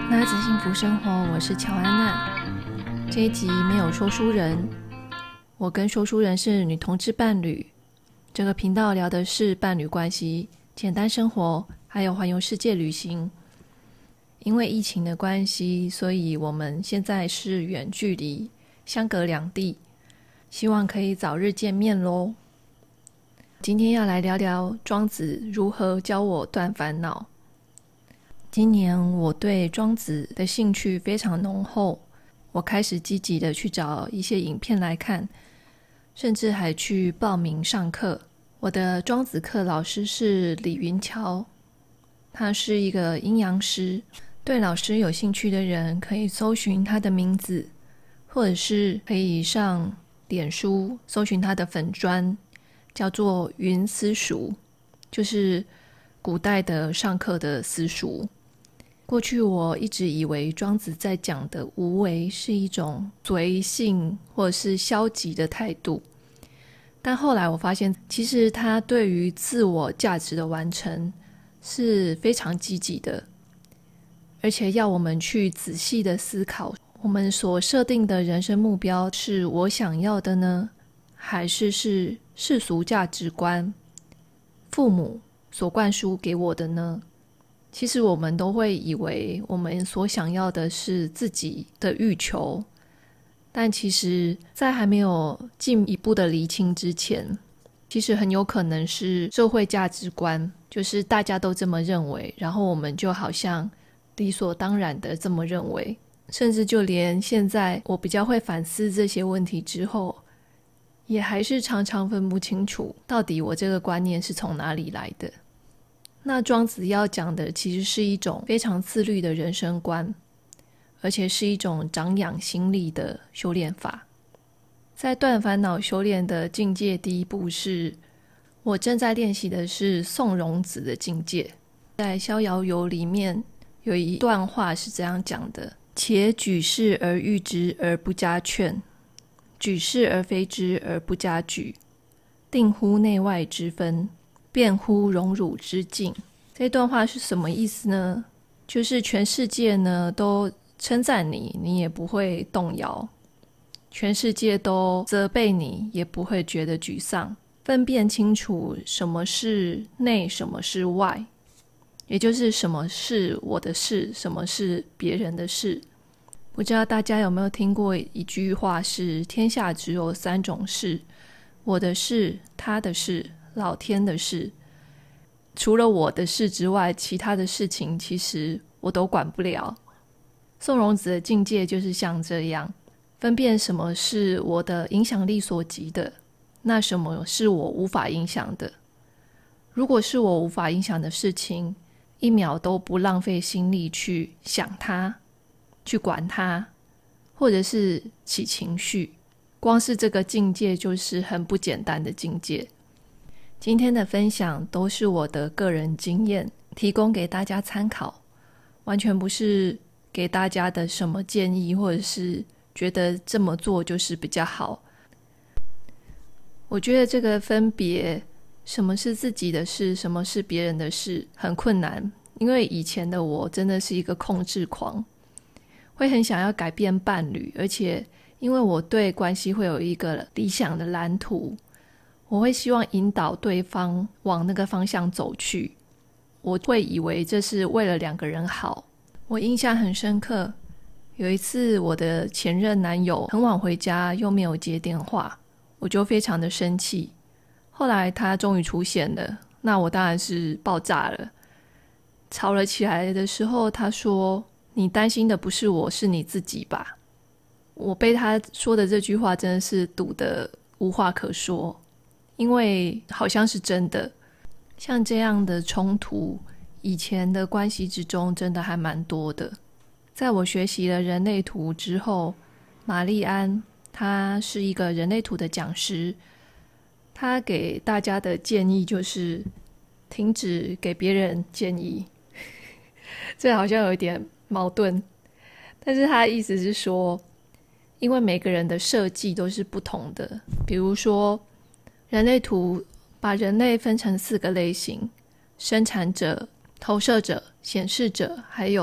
那子幸福生活，我是乔安娜。这一集没有说书人，我跟说书人是女同志伴侣。这个频道聊的是伴侣关系、简单生活，还有环游世界旅行。因为疫情的关系，所以我们现在是远距离，相隔两地，希望可以早日见面咯。今天要来聊聊庄子如何教我断烦恼。今年我对庄子的兴趣非常浓厚，我开始积极的去找一些影片来看，甚至还去报名上课。我的庄子课老师是李云桥，他是一个阴阳师。对老师有兴趣的人可以搜寻他的名字，或者是可以上脸书搜寻他的粉专，叫做云私塾，就是古代的上课的私塾。过去我一直以为庄子在讲的无为是一种随性或者是消极的态度，但后来我发现其实他对于自我价值的完成是非常积极的，而且要我们去仔细的思考，我们所设定的人生目标是我想要的呢，还是世俗价值观父母所灌输给我的呢？其实我们都会以为我们所想要的是自己的欲求，但其实在还没有进一步的厘清之前，其实很有可能是社会价值观，就是大家都这么认为，然后我们就好像理所当然的这么认为，甚至就连现在我比较会反思这些问题之后，也还是常常分不清楚到底我这个观念是从哪里来的。那庄子要讲的其实是一种非常自律的人生观，而且是一种长养心力的修炼法。在断烦恼修炼的境界，第一步是我正在练习的是宋荣子的境界。在《逍遥游》里面有一段话是这样讲的：且举事而喻之而不加劝，举事而非之而不加举，定乎内外之分，辩乎荣辱之境。这段话是什么意思呢？就是全世界呢都称赞你，你也不会动摇；全世界都责备你，也不会觉得沮丧。分辨清楚什么是内，什么是外，也就是什么是我的事，什么是别人的事。不知道大家有没有听过一句话是：天下只有三种事，我的事、他的事、老天的事。除了我的事之外，其他的事情其实我都管不了。宋荣子的境界就是像这样，分辨什么是我的影响力所及的，那什么是我无法影响的。如果是我无法影响的事情，一秒都不浪费心力去想它，去管它，或者是起情绪。光是这个境界就是很不简单的境界。今天的分享都是我的个人经验，提供给大家参考，完全不是给大家的什么建议，或者是觉得这么做就是比较好。我觉得这个分别什么是自己的事，什么是别人的事很困难，因为以前的我真的是一个控制狂，会很想要改变伴侣，而且因为我对关系会有一个理想的蓝图，我会希望引导对方往那个方向走去，我会以为这是为了两个人好。我印象很深刻，有一次我的前任男友很晚回家又没有接电话，我就非常的生气。后来他终于出现了，那我当然是爆炸了。吵了起来的时候，他说：你担心的不是我，是你自己吧。我被他说的这句话真的是堵得无话可说，因为好像是真的。像这样的冲突，以前的关系之中真的还蛮多的。在我学习了人类图之后，玛丽安她是一个人类图的讲师，她给大家的建议就是停止给别人建议这好像有一点矛盾，但是她的意思是说，因为每个人的设计都是不同的。比如说人类图把人类分成4个类型：生产者、投射者、显示者，还有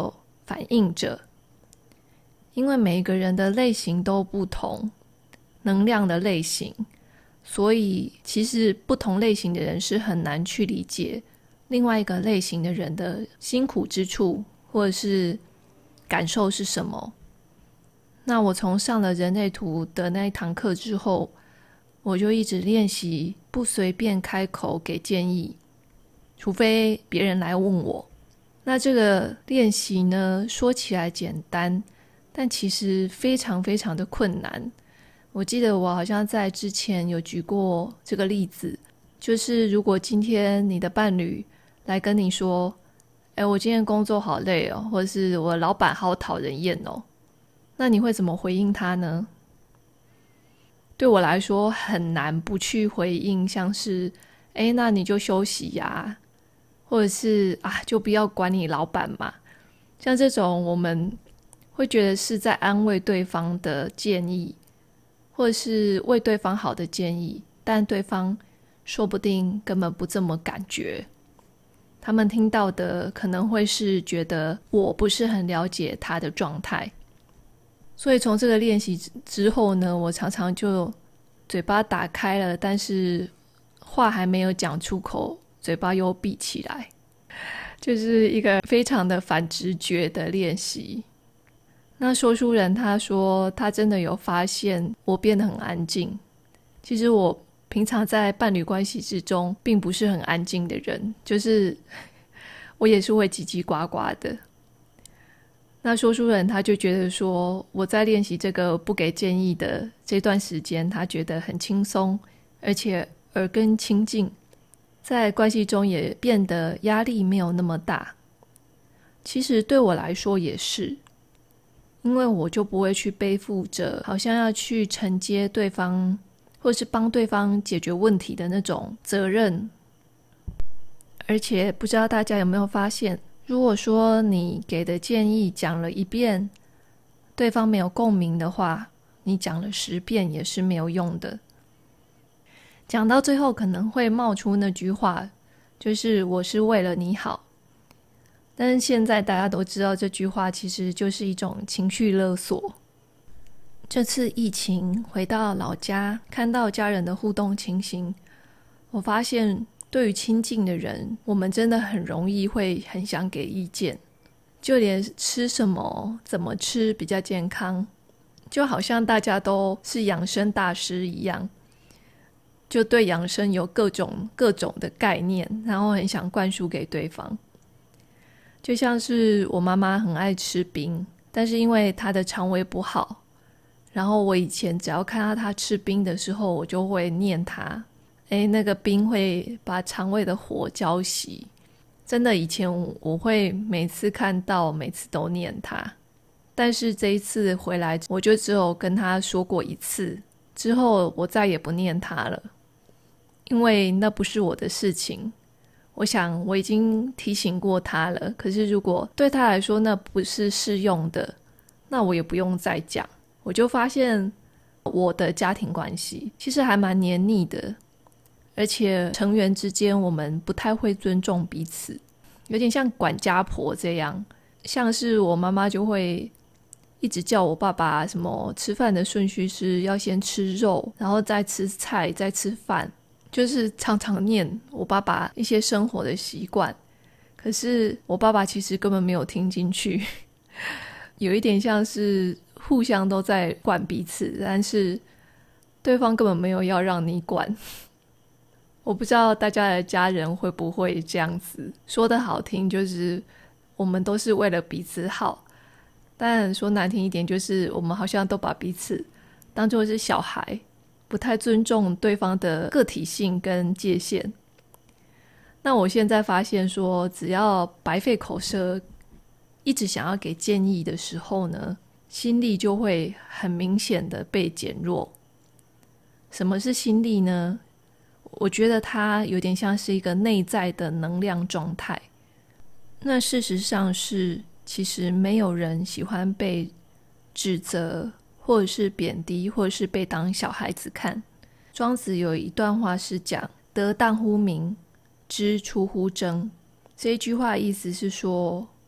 反应者。因为每一个人的类型都不同，能量的类型，所以其实不同类型的人是很难去理解另外一个类型的人的辛苦之处或者是感受是什么。那我从上了人类图的那一堂课之后，我就一直练习不随便开口给建议，除非别人来问我。那这个练习呢，说起来简单，但其实非常非常的困难。我记得我好像在之前有举过这个例子，就是如果今天你的伴侣来跟你说，我今天工作好累哦，或者是我老板好讨人厌哦，那你会怎么回应他呢？对我来说很难不去回应，像是那你就休息呀，或者是就不要管你老板嘛。像这种我们会觉得是在安慰对方的建议，或者是为对方好的建议，但对方说不定根本不这么感觉。他们听到的可能会是觉得我不是很了解他的状态。所以从这个练习之后呢，我常常就嘴巴打开了，但是话还没有讲出口，嘴巴又闭起来，就是一个非常的反直觉的练习。那说书人他说他真的有发现我变得很安静。其实我平常在伴侣关系之中并不是很安静的人，就是我也是会叽叽呱呱的。那说书人他就觉得说我在练习这个不给建议的这段时间，他觉得很轻松，而且耳根清净，在关系中也变得压力没有那么大。其实对我来说也是，因为我就不会去背负着好像要去承接对方或是帮对方解决问题的那种责任。而且不知道大家有没有发现，如果说你给的建议讲了1遍，对方没有共鸣的话，你讲了10遍也是没有用的。讲到最后可能会冒出那句话，就是我是为了你好。但是现在大家都知道这句话其实就是一种情绪勒索。这次疫情回到老家，看到家人的互动情形，我发现对于亲近的人，我们真的很容易会很想给意见，就连吃什么怎么吃比较健康，就好像大家都是养生大师一样，就对养生有各种的概念，然后很想灌输给对方。就像是我妈妈很爱吃冰，但是因为她的肠胃不好，然后我以前只要看到她吃冰的时候，我就会念她那个冰会把肠胃的火浇熄。真的以前我会每次看到每次都念她，但是这一次回来我就只有跟她说过1次，之后我再也不念她了，因为那不是我的事情。我想我已经提醒过他了，可是如果对他来说那不是适用的，那我也不用再讲。我就发现我的家庭关系其实还蛮黏腻的，而且成员之间我们不太会尊重彼此，有点像管家婆这样。像是我妈妈就会一直叫我爸爸什么吃饭的顺序是要先吃肉，然后再吃菜，再吃饭，就是常常念我爸爸一些生活的习惯，可是我爸爸其实根本没有听进去，有一点像是互相都在管彼此，但是对方根本没有要让你管。我不知道大家的家人会不会这样子，说得好听就是我们都是为了彼此好，但说难听一点就是我们好像都把彼此当作是小孩，不太尊重对方的个体性跟界限。那我现在发现说，只要白费口舌一直想要给建议的时候呢，心力就会很明显的被减弱。什么是心力呢？我觉得它有点像是一个内在的能量状态。那事实上是，其实没有人喜欢被指责或者是贬低，或者是被当小孩子看。庄子有一段话是讲得当乎名，知出乎征。这一句话的意思是说，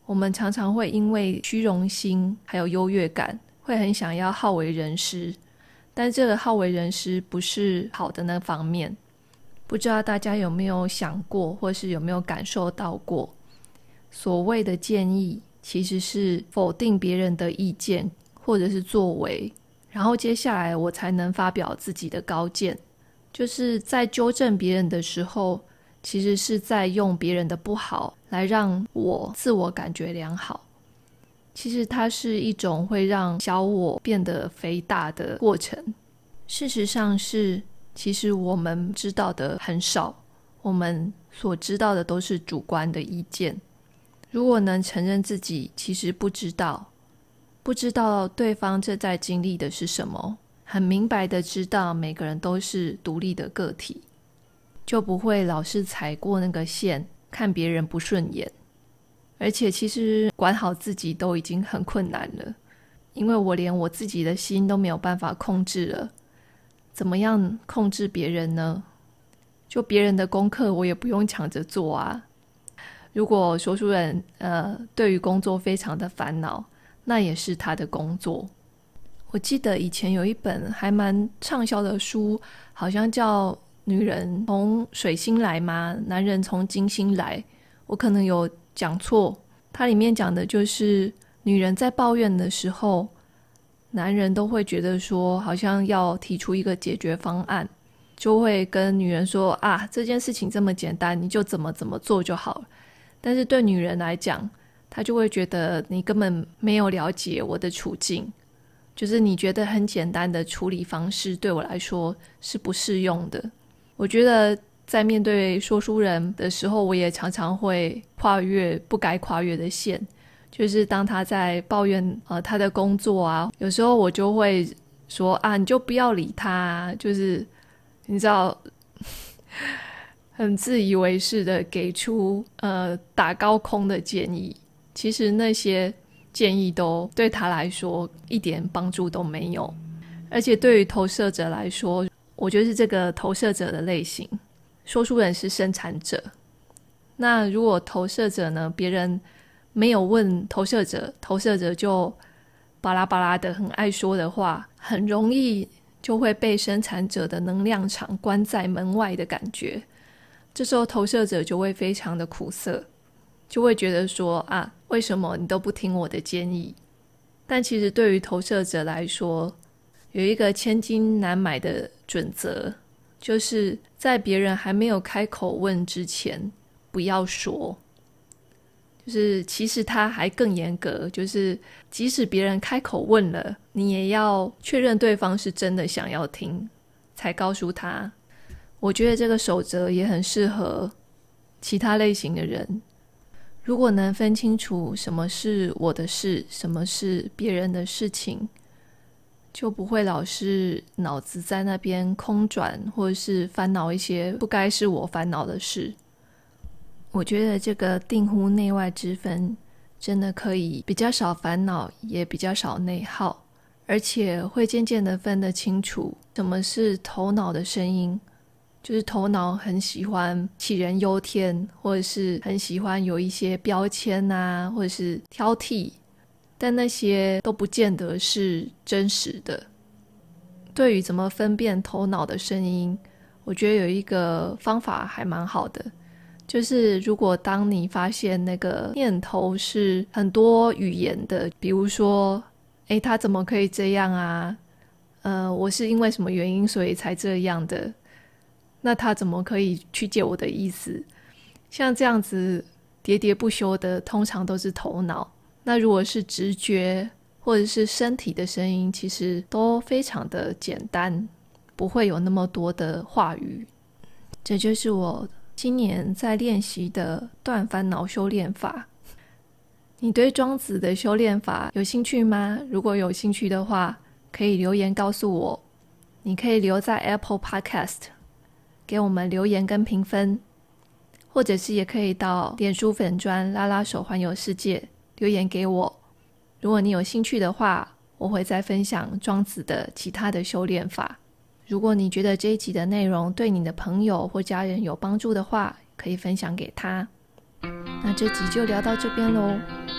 我们常常会因为虚荣心还有优越感，会很想要好为人师，但这个好为人师不是好的那方面。不知道大家有没有想过，或是有没有感受到过，所谓的建议其实是否定别人的意见或者是作为，然后接下来我才能发表自己的高见。就是在纠正别人的时候，其实是在用别人的不好来让我自我感觉良好。其实它是一种会让小我变得肥大的过程。事实上是，其实我们知道的很少，我们所知道的都是主观的意见。如果能承认自己其实不知道对方正在经历的是什么，很明白的知道每个人都是独立的个体，就不会老是踩过那个线，看别人不顺眼。而且其实管好自己都已经很困难了，因为我连我自己的心都没有办法控制了，怎么样控制别人呢？就别人的功课我也不用抢着做啊。如果说书人对于工作非常的烦恼，那也是他的工作。我记得以前有一本还蛮畅销的书，好像叫《女人从水星来吗？男人从金星来》，我可能有讲错。它里面讲的就是女人在抱怨的时候，男人都会觉得说好像要提出一个解决方案，就会跟女人说啊，这件事情这么简单，你就怎么做就好了。但是对女人来讲，她就会觉得你根本没有了解我的处境，就是你觉得很简单的处理方式对我来说是不适用的。我觉得在面对说书人的时候，我也常常会跨越不该跨越的线，就是当他在抱怨他的工作啊，有时候我就会说啊，你就不要理他啊，就是你知道很自以为是的给出打高空的建议，其实那些建议都对他来说一点帮助都没有。而且对于投射者来说，我就是这个投射者的类型，说书人是生产者。那如果投射者呢，别人没有问投射者，投射者就巴拉巴拉的很爱说的话，很容易就会被生产者的能量场关在门外的感觉。这时候投射者就会非常的苦涩，就会觉得说啊，为什么你都不听我的建议？但其实对于投射者来说，有一个千金难买的准则，就是在别人还没有开口问之前不要说。就是其实他还更严格，就是即使别人开口问了，你也要确认对方是真的想要听才告诉他。我觉得这个守则也很适合其他类型的人。如果能分清楚什么是我的事，什么是别人的事情，就不会老是脑子在那边空转，或者是烦恼一些不该是我烦恼的事。我觉得这个定乎内外之分真的可以比较少烦恼，也比较少内耗，而且会渐渐的分得清楚什么是头脑的声音，就是头脑很喜欢杞人忧天，或者是很喜欢有一些标签啊，或者是挑剔，但那些都不见得是真实的。对于怎么分辨头脑的声音，我觉得有一个方法还蛮好的，就是如果当你发现那个念头是很多语言的，比如说他怎么可以这样啊，我是因为什么原因所以才这样的，那他怎么可以曲解我的意思，像这样子喋喋不休的通常都是头脑。那如果是直觉或者是身体的声音，其实都非常的简单，不会有那么多的话语。这就是我今年在练习的断烦恼修炼法。你对庄子的修炼法有兴趣吗？如果有兴趣的话，可以留言告诉我。你可以留在 Apple Podcast 给我们留言跟评分，或者是也可以到脸书粉专拉拉手环游世界留言给我。如果你有兴趣的话，我会再分享庄子的其他的修炼法。如果你觉得这一集的内容对你的朋友或家人有帮助的话，可以分享给他。那这集就聊到这边咯。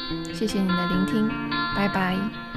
谢谢你的聆听，拜拜。